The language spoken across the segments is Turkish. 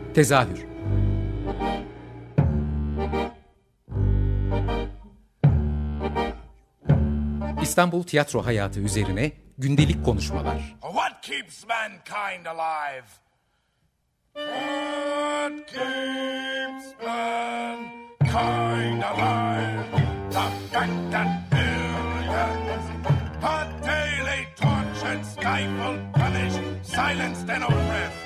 Tezahür. İstanbul tiyatro hayatı üzerine gündelik konuşmalar. What keeps mankind alive? What keeps mankind alive? The fact that billions are daily tortured, stifled, punished, silenced and oppressed.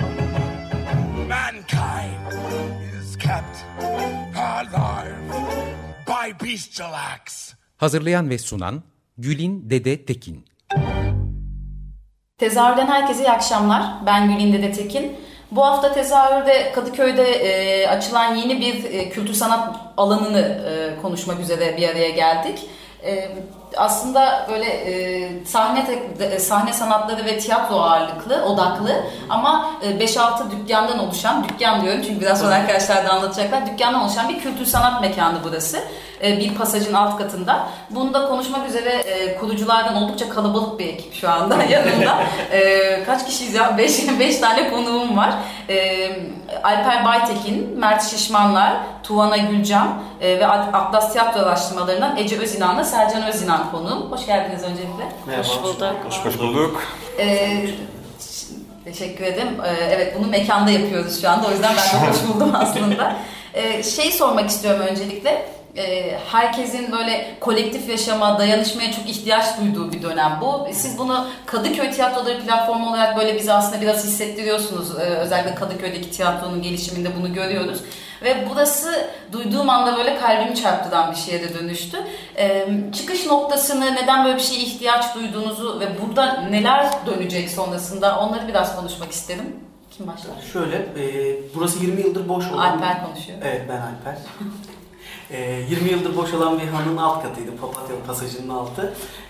Mankind is kept alive by bestial acts. Hazırlayan ve sunan Gülin Dede Tekin. Tezahürden herkese iyi akşamlar. Ben Gülin Dede Tekin. Bu hafta tezahürde Kadıköy'de açılan yeni bir kültür sanat alanını konuşmak üzere bir araya geldik. Aslında böyle sahne sanatları ve tiyatro odaklı ama 5-6 dükkandan oluşan, dükkan diyorum çünkü biraz sonra arkadaşlar da anlatacaklar, dükkandan oluşan bir kültür sanat mekanı burası. Bir pasajın alt katında. Bunu da konuşmak üzere kuruculardan oldukça kalabalık bir ekip şu anda yanımda. Kaç kişiyiz ya? 5 tane konuğum var. Alper Baytekin, Mert Şişmanlar, Tuvana Gülcan ve Atlas Tiyatro Araştırmalarından Ece Özinan'la Sercan Özinan konuğum. Hoş geldiniz öncelikle. Merhaba. Hoş bulduk. Hoş bulduk. Teşekkür ederim. Evet, bunu mekanda yapıyoruz şu anda. O yüzden ben de hoş buldum aslında. Sormak istiyorum öncelikle. Herkesin böyle kolektif yaşama, dayanışmaya çok ihtiyaç duyduğu bir dönem bu. Siz bunu Kadıköy Tiyatroları platformu olarak böyle bize aslında biraz hissettiriyorsunuz. Özellikle Kadıköy'deki tiyatronun gelişiminde bunu görüyoruz. Ve burası duyduğum anda böyle kalbimi çarptıran bir şeye de dönüştü. Çıkış noktasını, neden böyle bir şeye ihtiyaç duyduğunuzu ve burada neler dönecek sonrasında onları biraz konuşmak isterim. Kim başlar? Şöyle, burası 20 yıldır boş olan... Alper konuşuyor. Evet, ben Alper. 20 yıldır boş olan bir hanın alt katıydı, Papatya Pasajı'nın altı.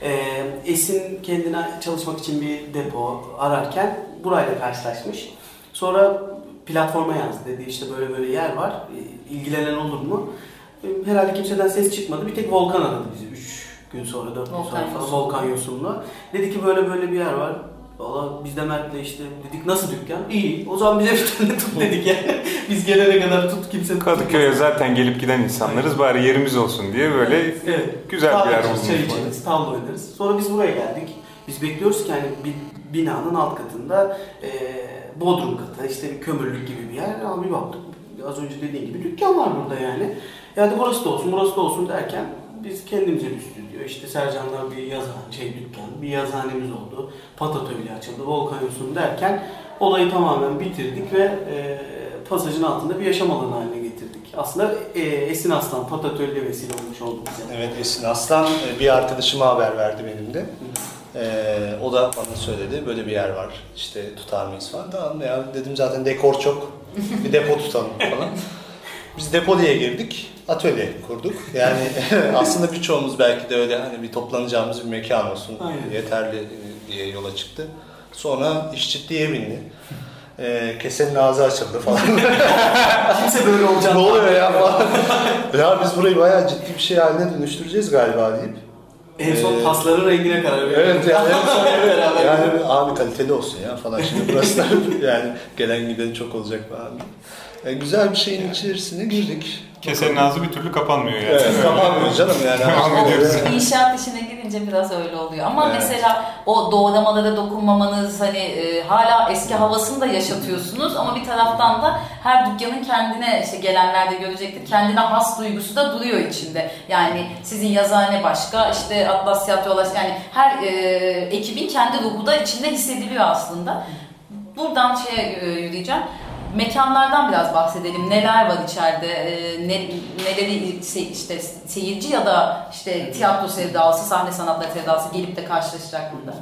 Esin kendine çalışmak için bir depo ararken burayla karşılaşmış. Sonra platforma yazdı, dedi işte böyle yer var, ilgilenen olur mu? Herhalde kimseden ses çıkmadı, bir tek Volkan aradı bizi 3 gün sonra, 4 gün sonra falan, Volkan Yosunlu. Dedi ki böyle bir yer var. Valla biz de Mert'le işte dedik, nasıl dükkan? İyi. O zaman bize bir tane tut dedik yani. Biz gelene kadar tut, kimse Kadıköy'e zaten gelip giden insanlarız. Bari yerimiz olsun diye böyle evet. Güzel bir yer bulmuş. Çay içeriz, tavla oynarız. Sonra biz buraya geldik. Biz bekliyoruz ki hani bir binanın alt katında bodrum katı, işte bir kömürlük gibi bir yer. Ama bir baktık, az önce dediğin gibi dükkan var burada yani. Yani burası da olsun derken biz kendimize bir stüdyo, işte Sercan'la bir dükkan, bir yazıhanemiz oldu. Patatölye açıldı, Volkan Yosun derken olayı tamamen bitirdik ve pasajın altında bir yaşam alanı haline getirdik. Aslında Esin Aslan Patatölye vesile olmuş oldu bize. Evet, Esin Aslan bir arkadaşıma haber verdi benim de. O da bana söyledi, böyle bir yer var, işte tutar mıyız falan. Tamam ya dedim, zaten dekor çok, bir depo tutalım falan. Biz depo diye girdik, atölye kurduk. Yani aslında birçoğumuz belki de öyle hani bir toplanacağımız bir mekan olsun, yeterli diye yola çıktı. Sonra iş ciddiye bindi. Kesenin ağzı açıldı falan. Kimse böyle olacak. Ne oluyor ya falan. Ya biz burayı bayağı ciddi bir şey haline dönüştüreceğiz galiba deyip. En son pasların rengine karar verdik. Evet yani abi kaliteli olsun ya falan. Şimdi burası da yani gelen giden çok olacak falan. Güzel bir şeyin içerisine girdik. Kesenin ağzı bir türlü kapanmıyor yani. Evet, kapanmıyor canım yani. Devam ediyoruz. İnşaat işine girince biraz öyle oluyor. Ama mesela o doğramalara dokunmamanız, hani hala eski havasını da yaşatıyorsunuz ama bir taraftan da her dükkanın kendine, işte gelenler de görecektir, kendine has duygusu da duruyor içinde. Yani sizin yazıhane başka, işte Atlas Tiyatro, yani her ekibin kendi ruhu da içinde hissediliyor aslında. Buradan yürüyeceğim. Mekanlardan biraz bahsedelim. Neler var içeride? Neleri işte seyirci ya da işte tiyatro sevdalısı, sahne sanatları sevdalısı gelip de karşılaşacak burada?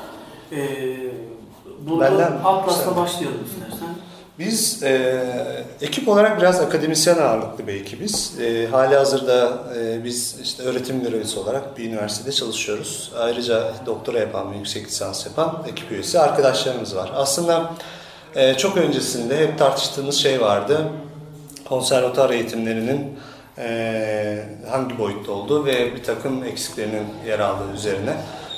Burada Atlas'la başlayalım istersen. Biz ekip olarak biraz akademisyen ağırlıklı bir ekibiz. Halihazırda biz işte öğretim görevlisi olarak bir üniversitede çalışıyoruz. Ayrıca doktora yapan ve yüksek lisans yapan ekip üyesi arkadaşlarımız var. Aslında çok öncesinde hep tartıştığımız şey vardı. Konservatuar eğitimlerinin hangi boyutta olduğu ve bir takım eksiklerinin yer aldığı üzerine.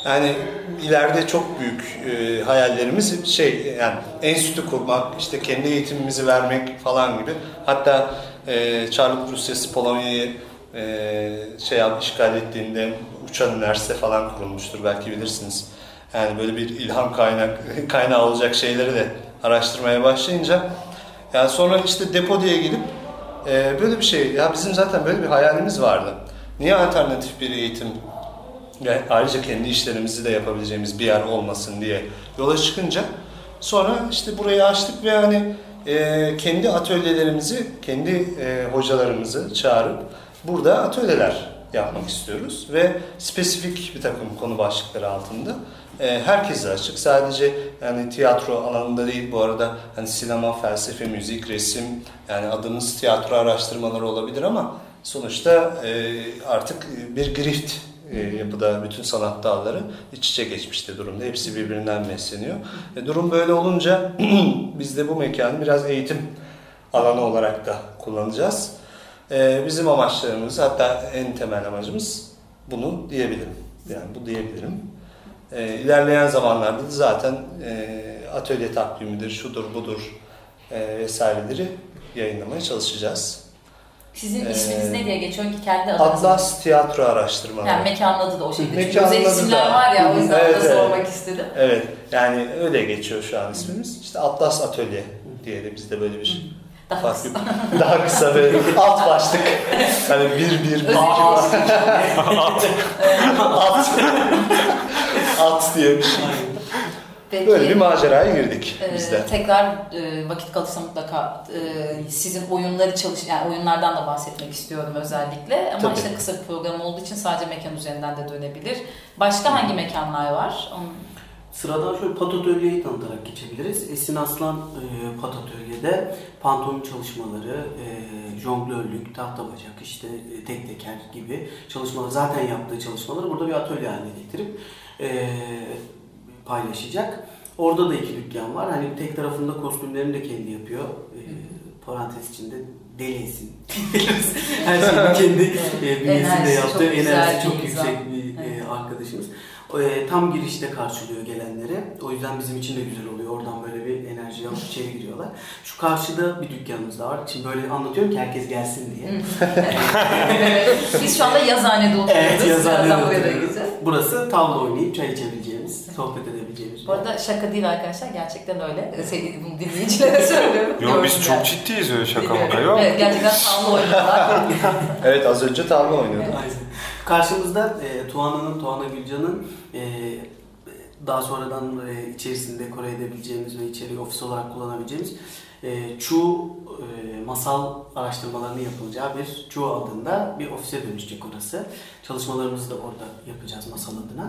Yani ileride çok büyük hayallerimiz yani enstitü kurmak, işte kendi eğitimimizi vermek falan gibi. Hatta Çarlık Rusyası Polonya'yı işgal ettiğinde uçan üniversite falan kurulmuştur, belki bilirsiniz. Yani böyle bir ilham kaynağı olacak şeyleri de araştırmaya başlayınca, yani sonra işte depo diye gelip böyle bir şey, ya bizim zaten böyle bir hayalimiz vardı. Niye alternatif bir eğitim ve ayrıca kendi işlerimizi de yapabileceğimiz bir yer olmasın diye yola çıkınca, sonra işte burayı açtık ve hani kendi atölyelerimizi, kendi hocalarımızı çağırıp burada atölyeler yapmak istiyoruz ve spesifik bir takım konu başlıkları altında herkese açık. Sadece yani tiyatro alanında değil bu arada, hani sinema, felsefe, müzik, resim, yani adımız tiyatro araştırmaları olabilir ama sonuçta artık bir girift yapıda bütün sanat dalları iç içe geçmişte durumda. Hepsi birbirinden besleniyor. Durum böyle olunca biz de bu mekanı biraz eğitim alanı olarak da kullanacağız. Bizim amaçlarımız, hatta en temel amacımız bunu diyebilirim. Yani bu diyebilirim. İlerleyen zamanlarda da zaten atölye takvimidir, şudur budur vesaireleri yayınlamaya çalışacağız. Sizin isminiz ne diye geçiyor ki kendi adınız? Atlas Tiyatro Araştırmaları. Yani mekanın adı da o şekilde. Mekanın Özel adı isimler da var ya, o yüzden evet, da sormak istedim. Evet, yani öyle geçiyor şu an ismimiz. İşte Atlas Atölye diye de bizde böyle bir daha kısa bir alt başlık. Hani at diye bir şey. Peki, böyle bir maceraya girdik biz de. Tekrar vakit kalırsa mutlaka sizin oyunları yani oyunlardan da bahsetmek istiyorum özellikle. Ama tabii, işte kısa bir program olduğu için sadece mekan üzerinden de dönebilir. Başka hangi mekanlar var? Sıradan şöyle Patatölye'yi tanıtarak geçebiliriz. Esin Aslan Patatölye'de pantomim çalışmaları, jonglörlük, tahta bacak, işte tek teker gibi çalışmalar, zaten yaptığı çalışmaları burada bir atölye haline getirip paylaşacak. Orada da 2 dükkan var. Hani tek tarafında kostümlerini de kendi yapıyor. Parantez içinde deli Esin. Her şeyi kendi bünyesinde yaptığı, enerjisi çok yüksek bir arkadaşımız. Tam girişte karşılıyor gelenleri. O yüzden bizim için de güzel oluyor. Oradan böyle bir enerji alıp içeri giriyorlar. Şu karşıda bir dükkanımız da var. Şimdi böyle anlatıyorum ki herkes gelsin diye. Biz şu anda yazıhanede oturuyoruz. Evet, yazıhanede oturuyoruz. Burası tavla oynayıp çay içebileceğimiz, sohbet edebileceğimiz. Bu arada şaka değil arkadaşlar. Gerçekten öyle. Sevgili dinleyicilere söylüyorum. Yok, biz çok ciddiyiz, öyle şaka maka yok. Evet, gerçekten tavla oynuyorlar. Evet, az önce tavla oynuyorduk. Karşımızda Tuana Gülcan'ın daha sonradan içerisinde dekore edebileceğimiz ve içeriği ofis olarak kullanabileceğimiz Çu masal araştırmalarının yapılacağı bir Çu adında bir ofise dönüşecek orası. Çalışmalarımızı da orada yapacağız masal adına.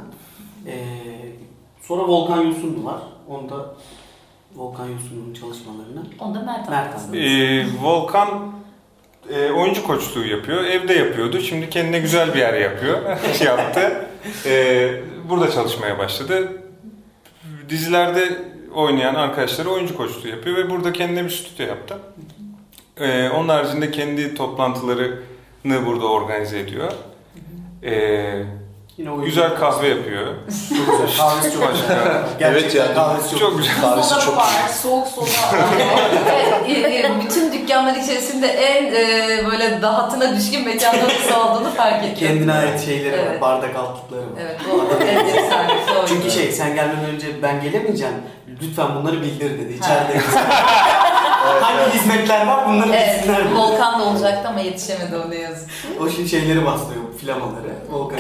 Sonra Volkan Yusunlu var. Onda Volkan Yusunlu'nun çalışmalarını. Onda Mert Volkan oyuncu koçluğu yapıyor. Evde yapıyordu. Şimdi kendine güzel bir yer yapıyor. Yaptı. Burada çalışmaya başladı. Dizilerde oynayan arkadaşları oyuncu koçluğu yapıyor ve burada kendine bir stüdyo yaptı. Onun haricinde kendi toplantılarını burada organize ediyor. Güzel kahve yapıyor. Çok güzel. Kahvesi çok başka. Evet yani. Kahvesi çok güzel. Kahvesi çok var, soğuk soda var. Evet, bütün dükkanlar içerisinde en böyle dahatına düşkün mekanların olduğunu fark ettim. Kendine ait şeyleri evet, var, bardak altlıkları var. Evet, bu enteresan. Çünkü sen gelmeden önce ben gelemeyeceğim, lütfen bunları bildir dedi. İçeride hangi hizmetler var bunları bilsinler. Evet, Volkan da olacaktı ama yetişemedi o, ne yazık ki. O şimdi şeyleri bastırıyor, flamaları. Volkan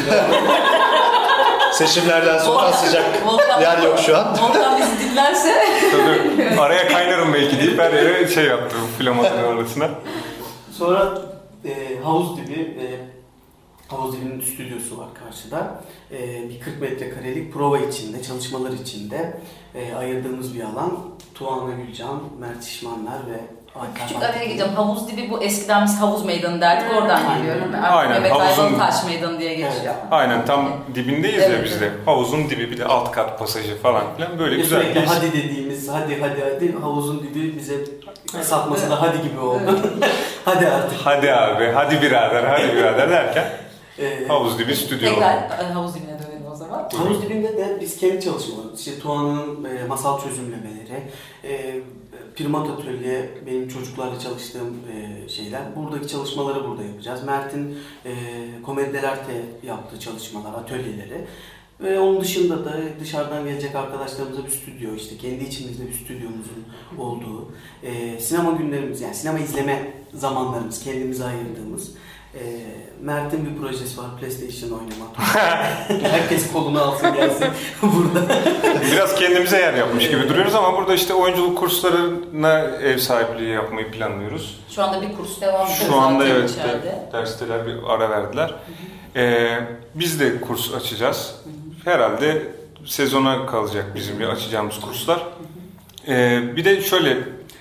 seçimlerden sonra asacak yer yok şu an. Volkan bizi dinlerse. Tabii, araya kaynarım belki deyip her yere şey yaptı flamatörün arasına. Sonra havuz dibinin stüdyosu var karşıda. Bir 40 metrekarelik prova içinde, çalışmalar içinde ayırdığımız bir alan. Tuana Gülcan, Mert İşmanlar ve Küçük araya gireceğim. Havuz dibi, bu eskiden biz havuz meydanı derdik, oradan geliyor. Aynen. Mehmet Havuzun... Ayvalı Taş Meydanı diye geçiyor. Evet. Aynen, tam dibindeyiz evet, ya biz de. Havuzun dibi, bir de alt kat pasajı falan filan, böyle güzel. Sürekli hadi dediğimiz, hadi havuzun dibi bize satması da hadi gibi oldu. Hadi artık. Hadi abi, hadi birader derken havuz dibi stüdyo. Tekrar havuz dibine dönelim o zaman. Havuz dibinde de biz kendi çalışmalarımız, işte Tuğan'ın masal çözümlemeleri, primat atölye, benim çocuklarla çalıştığım şeyler, buradaki çalışmaları burada yapacağız. Mert'in komedi dell'arte yaptığı çalışmalar, atölyeleri. Ve onun dışında da dışarıdan gelecek arkadaşlarımıza bir stüdyo, işte kendi içimizde bir stüdyomuzun olduğu, sinema günlerimiz, yani sinema izleme zamanlarımız, kendimize ayırdığımız. Mert'in bir projesi var, PlayStation oynamak. Herkes kolunu alsın gelsin burada. Biraz kendimize yer yapmış gibi duruyoruz ama burada işte oyunculuk kurslarına ev sahipliği yapmayı planlıyoruz. Şu anda bir kurs devam ediyor. Şu anda evet, içeride. dersler bir ara verdiler. Biz de kurs açacağız. Herhalde sezona kalacak bizim bir açacağımız kurslar. Bir de şöyle,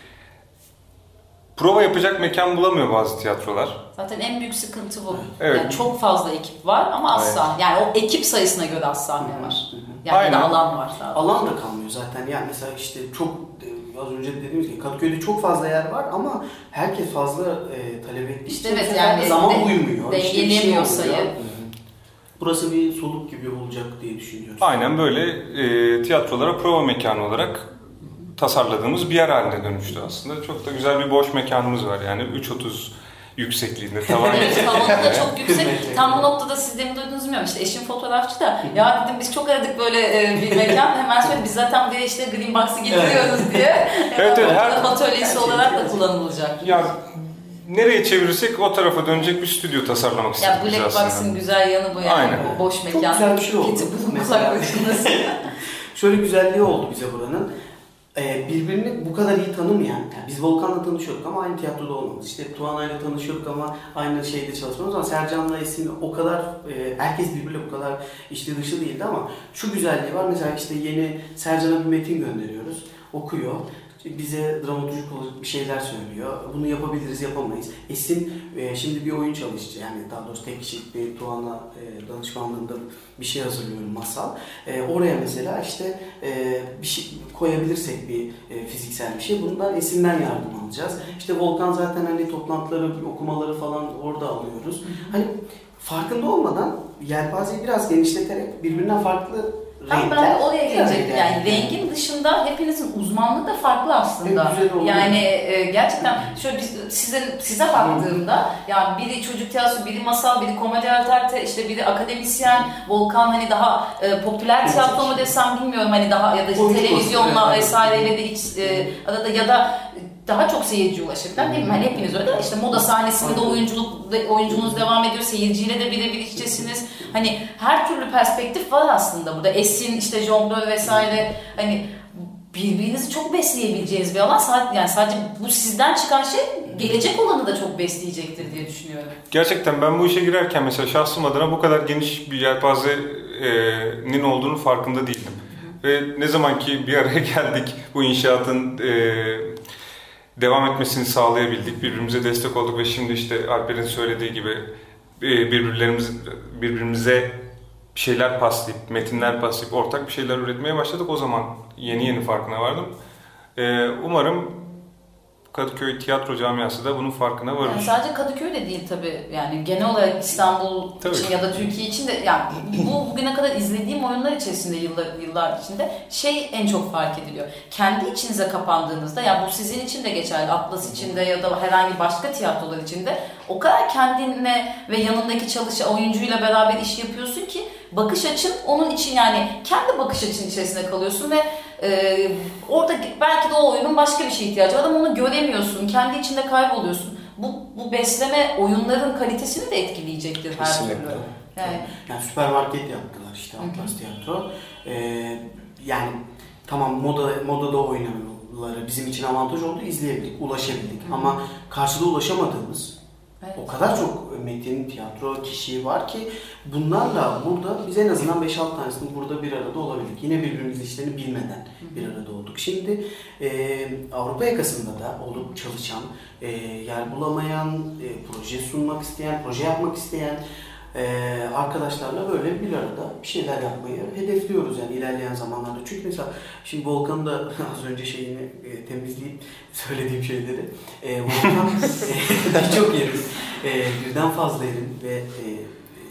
prova yapacak mekan bulamıyor bazı tiyatrolar. Zaten en büyük sıkıntı bu. Evet. Yani çok fazla ekip var ama az sahne. Yani o ekip sayısına göre az sahne var. Yani Aynen. alan var sadece. Alan da kalmıyor zaten. Yani mesela işte çok az önce dediğimiz gibi Kadıköy'de çok fazla yer var ama herkes fazla talep ettiği İşte için evet, yani zaman uymuyor. Dengeleyemiyor İşte sayı. Burası bir soluk gibi olacak diye düşünüyoruz. Aynen böyle tiyatrolara prova mekanı olarak tasarladığımız bir yer haline dönüştü aslında. Çok da güzel bir boş mekanımız var yani 3.30 yüksekliğinde tavan. Evet, tavanı da çok yüksek. Tam bu noktada siz demin duydunuz bilmiyorum. İşte eşim fotoğrafçı da ya dedim biz çok aradık böyle bir mekan. Hemen söyledi biz zaten buraya işte Green Box'ı getiriyoruz diye. Evet, her atölyesi olarak da kullanılacak. Ya nereye çevirirsek o tarafa dönecek bir stüdyo tasarlamak istedik Ya biz Black aslında. Box'ın güzel yanı bu yani. Aynen. O boş mekan. Çok güzel bir şey oldu. Mesela. Şöyle güzelliği oldu bize buranın. Birbirini bu kadar iyi tanımayan, yani biz Volkan'la tanışıyorduk ama aynı tiyatroda olmamız. İşte Tuana'yla tanışıyorduk ama aynı şeyde çalışmamız ama Sercan'la Esin o kadar, herkes birbiriyle bu kadar içli dışı değildi ama şu güzelliği var. Mesela işte yeni Sercan'a bir metin gönderiyoruz, okuyor. Bize dramaturjik bir şeyler söylüyor. Bunu yapabiliriz, yapamayız. Esin şimdi bir oyun çalıştı. Yani daha doğrusu tek kişilik bir Tuğan'la danışmanlığında bir şey hazırlıyorum, masal. Oraya mesela işte bir şey koyabilirsek bir fiziksel bir şey. Bundan Esin'den yardım alacağız. İşte Volkan zaten hani toplantıları, okumaları falan orada alıyoruz. Hani farkında olmadan yelpazeyi biraz genişleterek birbirinden farklı Tam ben de oraya gelecektim. Yani rengin dışında hepinizin uzmanlığı da farklı aslında. Yani gerçekten şöyle size baktığımda yani biri çocuk tiyatrosu, biri masal, biri komedi alternate, işte biri akademisyen, Volkan hani daha popüler tiyatro mu desem bilmiyorum hani daha ya da işte televizyonla vesaireyle de hiç arada ya da daha çok seyirciye ulaşabilen değil mi? Hani hepiniz öyle. İşte moda sahnesinde oyunculuğunuz devam ediyor. Seyirciyle de birebir içtesiniz. Hani her türlü perspektif var aslında burada. Esin, işte jonglör vesaire. Hani birbirinizi çok besleyebileceğiniz bir alan. Yani sadece bu sizden çıkan şey gelecek olanı da çok besleyecektir diye düşünüyorum. Gerçekten ben bu işe girerken mesela şahsım adına bu kadar geniş bir yelpazenin olduğunu farkında değildim. Ve ne zaman ki bir araya geldik bu inşaatın devam etmesini sağlayabildik, birbirimize destek olduk ve şimdi işte Alper'in söylediği gibi birbirimize bir şeyler paslayıp, metinler paslayıp ortak bir şeyler üretmeye başladık. O zaman yeni farkına vardım. Umarım Kadıköy tiyatro camiası da bunun farkına varır. Yani sadece Kadıköy'de değil tabii. Yani genel olarak İstanbul için ya da Türkiye için de yani bugüne kadar izlediğim oyunlar içerisinde yıllar içinde en çok fark ediliyor. Kendi içinize kapandığınızda yani bu sizin için de geçerli, Atlas için de ya da herhangi başka tiyatrolar için de o kadar kendine ve yanındaki oyuncuyla beraber iş yapıyorsun ki bakış açın onun için yani kendi bakış açın içerisinde kalıyorsun ve orada belki de o oyunun başka bir şeye ihtiyacı var ama onu göremiyorsun, kendi içinde kayboluyorsun. Bu besleme oyunların kalitesini de etkileyecektir her türlü. Yani süpermarket yaptılar işte Atlas Tiyatro. Yani tamam modada oynamaları bizim için avantaj oldu, izleyebildik, ulaşabildik. Ama karşıda ulaşamadığımız o kadar çok metin, tiyatro, kişi var ki bunlarla burada biz en azından 5-6 tanesini burada bir arada olabildik. Yine birbirimizin işlerini bilmeden bir arada olduk. Şimdi Avrupa yakasında da olup çalışan, yer bulamayan, proje sunmak isteyen, proje yapmak isteyen arkadaşlarla böyle bir arada bir şeyler yapmayı hedefliyoruz yani ilerleyen zamanlarda. Çünkü mesela şimdi Volkan'ın da az önce temizleyip söylediğim şeyleri Volkan birçok yerin, birden fazla yerin ve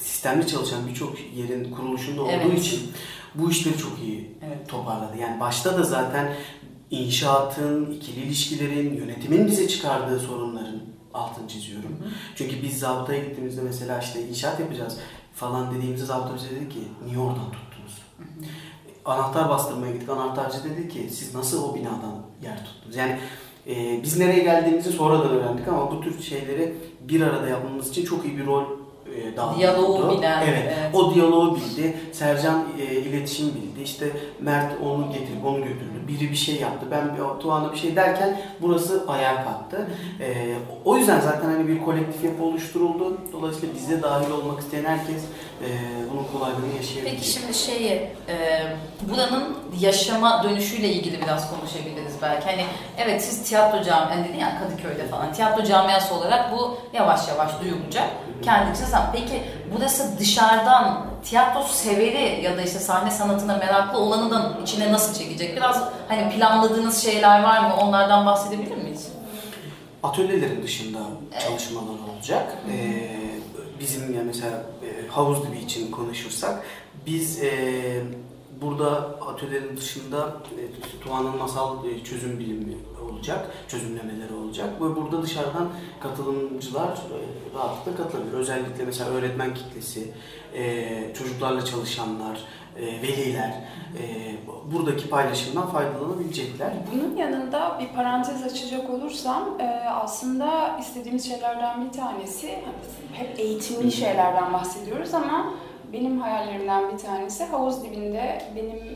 sistemli çalışan birçok yerin kuruluşunda olduğu Evet. için bu işleri çok iyi toparladı. Yani başta da zaten inşaatın, ikili ilişkilerin, yönetimin bize çıkardığı sorunların altını çiziyorum. Çünkü biz zabıtaya gittiğimizde mesela işte inşaat yapacağız falan dediğimizde zabıta bize dedi ki niye oradan tuttunuz? Anahtar bastırmaya gittik. Anahtarcı dedi ki siz nasıl o binadan yer tuttunuz? Yani biz nereye geldiğimizi sonradan öğrendik ama bu tür şeyleri bir arada yapmamız için çok iyi bir rol dağıtıldı. Diyaloğu bilen. Evet. O diyaloğu bildi. Sercan iletişim bildi. İşte Mert onu getirip onu götürdü. Biri bir şey yaptı. Ben Tuğan'a bir şey derken burası ayağa kalktı. O yüzden zaten hani bir kolektif yapı oluşturuldu. Dolayısıyla bize dahil olmak isteyen herkes bunun kolaylığını yaşayabilir. Peki şimdi buranın yaşama dönüşüyle ilgili biraz konuşabiliriz belki. Hani evet siz tiyatro camiası, dedin ya Kadıköy'de falan, tiyatro camiası olarak bu yavaş yavaş duyulacak. Kendinize peki burası dışarıdan tiyatro severi ya da işte sahne sanatına meraklı olanı da içine nasıl çekecek? Biraz hani planladığınız şeyler var mı? Onlardan bahsedebilir miyiz? Atölyelerin dışında çalışmalar olacak. Bizim ya mesela havuz dibi için konuşursak biz burada atölyelerin dışında Tuğan'ın masal çözüm bilimi olacak, çözümlemeleri olacak ve burada dışarıdan katılımcılar rahatlıkla katılabilir. Özellikle mesela öğretmen kitlesi, çocuklarla çalışanlar, veliler buradaki paylaşımdan faydalanabilecekler. Bunun yanında bir parantez açacak olursam aslında istediğimiz şeylerden bir tanesi, hep eğitimli şeylerden bahsediyoruz ama benim hayallerimden bir tanesi havuz dibinde benim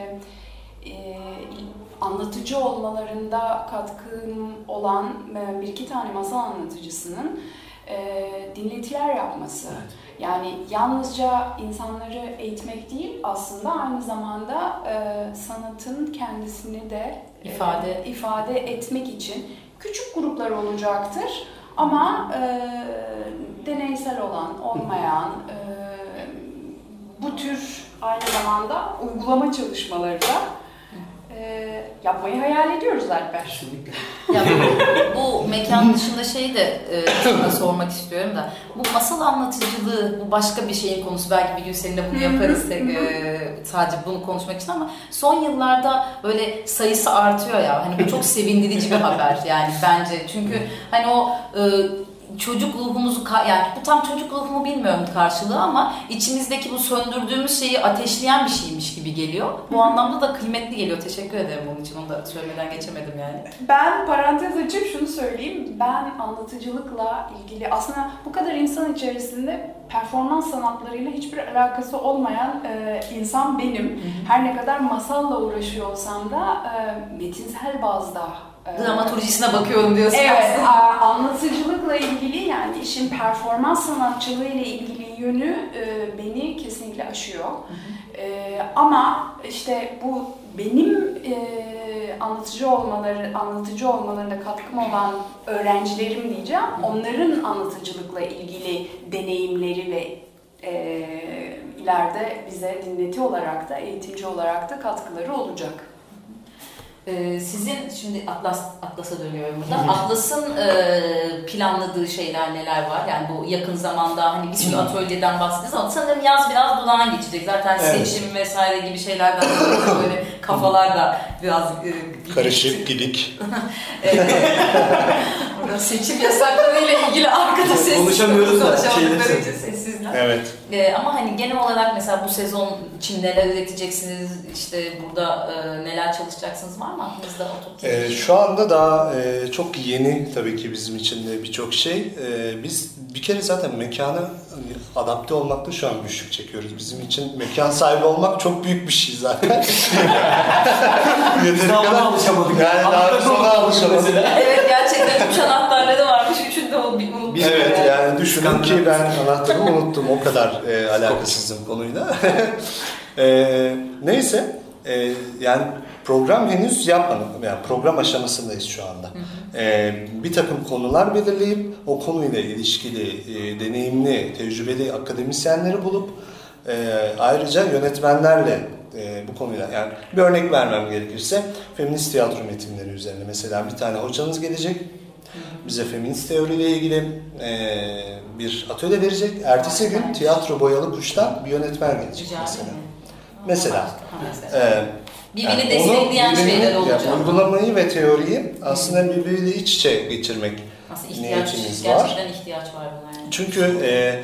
anlatıcı olmalarında katkım olan bir iki tane masal anlatıcısının dinletiler yapması. Evet. Yani yalnızca insanları eğitmek değil, aslında aynı zamanda sanatın kendisini de ifade etmek için küçük gruplar olacaktır. Ama deneysel olan, olmayan, bu tür aynı zamanda uygulama çalışmaları da yapmayı hayal ediyoruz Alper. Kesinlikle. Ya bu mekan dışında şeyi de sana sormak istiyorum da bu masal anlatıcılığı bu başka bir şeyin konusu, belki bir gün seninle bunu yaparız sadece bunu konuşmak için ama son yıllarda böyle sayısı artıyor ya, hani bu çok sevindirici bir haber yani bence, çünkü hani o çocuk ruhumuzu, yani bu tam çocuk ruhumu bilmiyorum karşılığı ama içimizdeki bu söndürdüğümüz şeyi ateşleyen bir şeymiş gibi geliyor. Bu anlamda da kıymetli geliyor. Teşekkür ederim onun için. Onu da söylemeden geçemedim yani. Ben parantez açıp şunu söyleyeyim. Ben anlatıcılıkla ilgili aslında bu kadar insan içerisinde performans sanatlarıyla hiçbir alakası olmayan insan benim. Her ne kadar masalla uğraşıyor olsam da metinsel bazda dramaturjisine bakıyorum diyorsun. Evet, anlatıcılıkla ilgili, yani işin performans sanatçılığı ile ilgili yönü beni kesinlikle aşıyor. Ama işte bu benim anlatıcı olmalarında katkım olan öğrencilerim diyeceğim. Onların anlatıcılıkla ilgili deneyimleri ve ileride bize dinleti olarak da, eğitimci olarak da katkıları olacak. Sizin şimdi Atlas'a dönüyorum burada. Atlas'ın planladığı şeyler neler var? Yani bu yakın zamanda hani bir sürü atölyeden bahsediyoruz ama sanırım yaz biraz durağan geçecek. Zaten seçim vesaire gibi şeylerden böyle kafalar da biraz karışık, gidik. Burada seçim yasaklarıyla ilgili arkada sessiz konuşamıyoruz da konuşamadıkları için sessizler. Evet. Ama hani genel olarak mesela bu sezon için neler üreteceksiniz, işte burada neler çalışacaksınız, var mı aklınızda oturup? Şu anda daha çok yeni tabii ki bizim için de birçok şey. Biz bir kere zaten mekana adapte olmakta şu an güçlük çekiyoruz. Bizim için mekan sahibi olmak çok büyük bir şey zaten. Biz daha ona alışamadık. Yani daha sonra alışamadık. Evet, gerçekten 3 anahtarları varmış, 3'ünü de unuttum. Evet, yani düşünün ki ben anahtarımı unuttum. O kadar alakasızım konuyla. Neyse, yani program henüz yapmadım. Yani program aşamasındayız şu anda. Bir takım konular belirleyip o konuyla ilişkili deneyimli, tecrübeli akademisyenleri bulup ayrıca yönetmenlerle bu konuyla, yani bir örnek vermem gerekirse feminist tiyatro metinleri üzerine mesela bir tane hocanız gelecek. Bize feminist teoriyle ilgili bir atölye verecek. Ertesi gün tiyatro boyalı kuştan bir yönetmen gelecek mesela. Birbirini destekleyen şeyler olacak. Uygulamayı ve teoriyi aslında birbiriyle iç içe geçirmek niyetimiz var. Gerçekten ihtiyaç var buna yani. Çünkü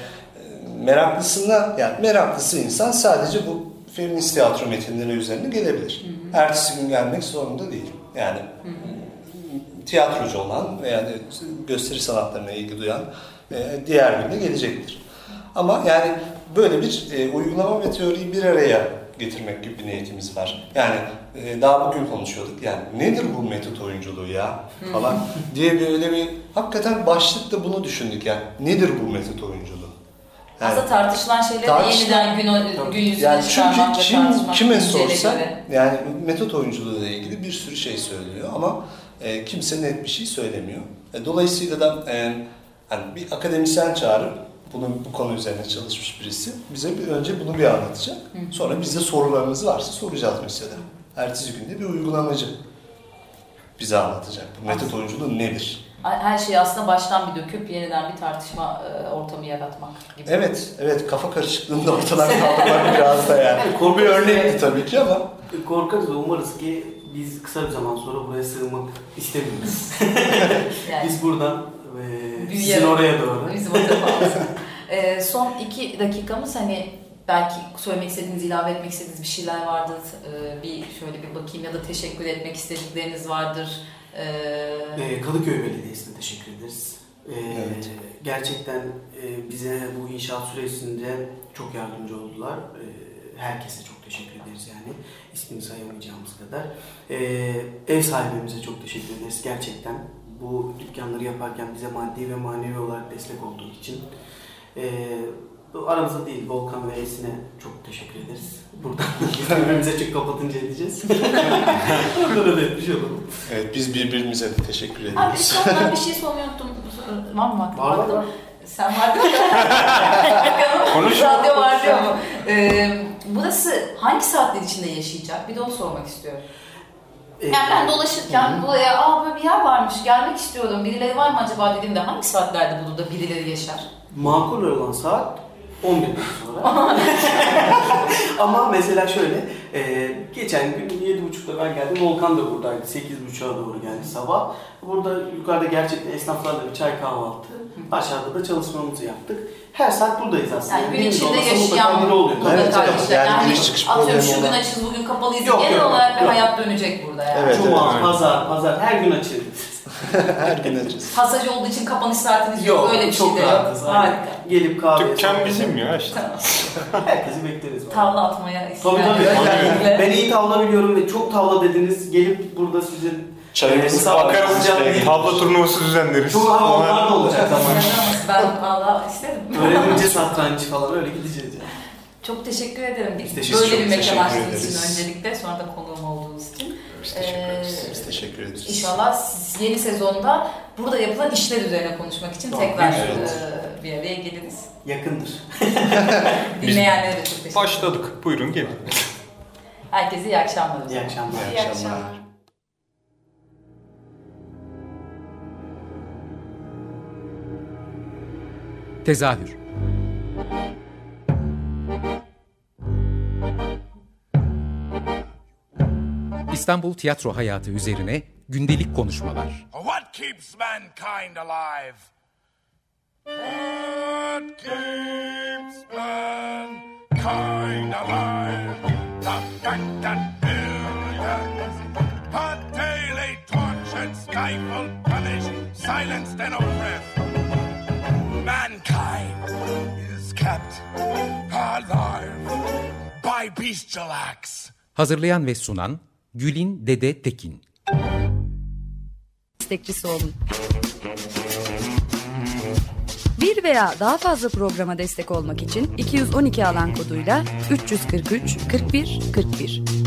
meraklısı insan sadece bu feminist tiyatro metinleri üzerine gelebilir. Ertesi gün gelmek zorunda değil. Yani tiyatrocu olan veya gösteri sanatlarına ilgi duyan diğer gün de gelecektir. Ama yani böyle bir uygulama ve teoriyi bir araya getirmek gibi bir niyetimiz var. Yani daha bugün konuşuyorduk. Yani nedir bu metot oyunculuğu ya falan diye böyle bir hakikaten başlıkta bunu düşündük yani. Nedir bu metot oyunculuğu? Yani, aslında tartışılan şeyleri yeniden gün yüzüne yani çıkarmak ve tartışmak. Kime sorsa yani metot oyunculuğu ile ilgili bir sürü şey söylüyor ama kimse net bir şey söylemiyor. Dolayısıyla da yani bir akademisyen çağırıp bu konu üzerine çalışmış birisi bize önce bunu bir anlatacak. Sonra biz de sorularımız varsa soracağız mesela. Ertesi günde bir uygulamacı bize anlatacak. Bu metot oyunculuğu nedir? Her şeyi aslında baştan bir döküp yeniden bir tartışma ortamı yaratmak gibi. Evet, kafa karışıklığını da ortadan kaldırmak biraz da yani. Bir örnekti tabii ki ama. Korkarız ve umarız ki biz kısa bir zaman sonra buraya sığmak istemiyoruz. Yani. Biz buradan sizin oraya doğru. Bizim oraya son 2 dakikamız belki söylemek istediğiniz, ilave etmek istediğiniz bir şeyler vardır. Bir şöyle bir bakayım ya da teşekkür etmek istedikleriniz vardır. Kadıköy Belediyesi'ne teşekkür ederiz. Evet. Gerçekten bize bu inşaat sürecinde çok yardımcı oldular. Herkese çok teşekkür ederiz yani. İsmini sayamayacağımız kadar. Ev sahibimize çok teşekkür ederiz. Gerçekten bu dükkanları yaparken bize maddi ve manevi olarak destek olduğu için. Aramızda değil, Volkan ve Esin'e çok teşekkür ederiz. Buradan birbirimize çok kapatınca edeceğiz. Burada da etmiş olalım. Evet, biz birbirimize de teşekkür ediyoruz. Abi sonradan bir şey sormayı unuttum. Var mı aklında? Var. Sen vardın mı? Konuş. Radyo var diyor mu? Burası hangi saatler içinde yaşayacak? Bir de onu sormak istiyorum. Yani ben dolaşırken buraya böyle bir yer varmış, gelmek istiyorum. Birileri var mı acaba dediğimde hangi saatlerde burada birileri yaşar? Makul olan saat 11'den sonra. Ama mesela şöyle, geçen gün 7.30'da ben geldim, Volkan da buradaydı, 8.30'a doğru geldi sabah. Burada yukarıda gerçekten esnaflarla bir çay kahvaltı, aşağıda da çalışmamızı yaptık. Her saat buradayız aslında. Yani gün içinde yaşayan evet, yani giriş çıkış problemi şu gün açız, bugün kapalıyız. Genel olarak bir hayat dönecek burada yani. Evet, Cuma, pazar her gün açız. Her gün açız. Pasaj olduğu için kapanış saatiniz yok. Öyle bir şey de yok. Harika. Gelip kahve. Dükkan bizim ya işte. Herkesi bekleriz. Tavla atmaya istedim. Tabii. Ben iyi tavla biliyorum ve çok tavla dediniz. Gelip burada sizin çayımızı bakarız. Tavla turnuvası düzenleriz. Çok havalar da olacak ama. Ben valla istedim. Öğrenince satranç falan öyle gideceğiz yani. Çok teşekkür ederim. Biz böyle bir mekan açtığınız için öncelikle, sonra da konuğum olduğunuz için. Biz teşekkür ederiz. İnşallah yeni sezonda burada yapılan işler üzerine konuşmak için tekrar bir araya geliriz. Yakındır. Dinleyenlere de çok teşekkür ederim. Başladık. Buyurun gelin. Herkese iyi akşamlar. İyi akşamlar. İyi akşamlar. Tezahür. İstanbul tiyatro hayatı üzerine gündelik konuşmalar. What keeps mankind alive? What keeps mankind alive? The fact that millions are daily tortured, stifled, punished, silenced, and oppressed. Mankind is kept alive by bestial acts. Hazırlayan ve sunan Gülin Dede Tekin. Destekçisi olun. Bir veya daha fazla programa destek olmak için 212 alan koduyla 343 41 41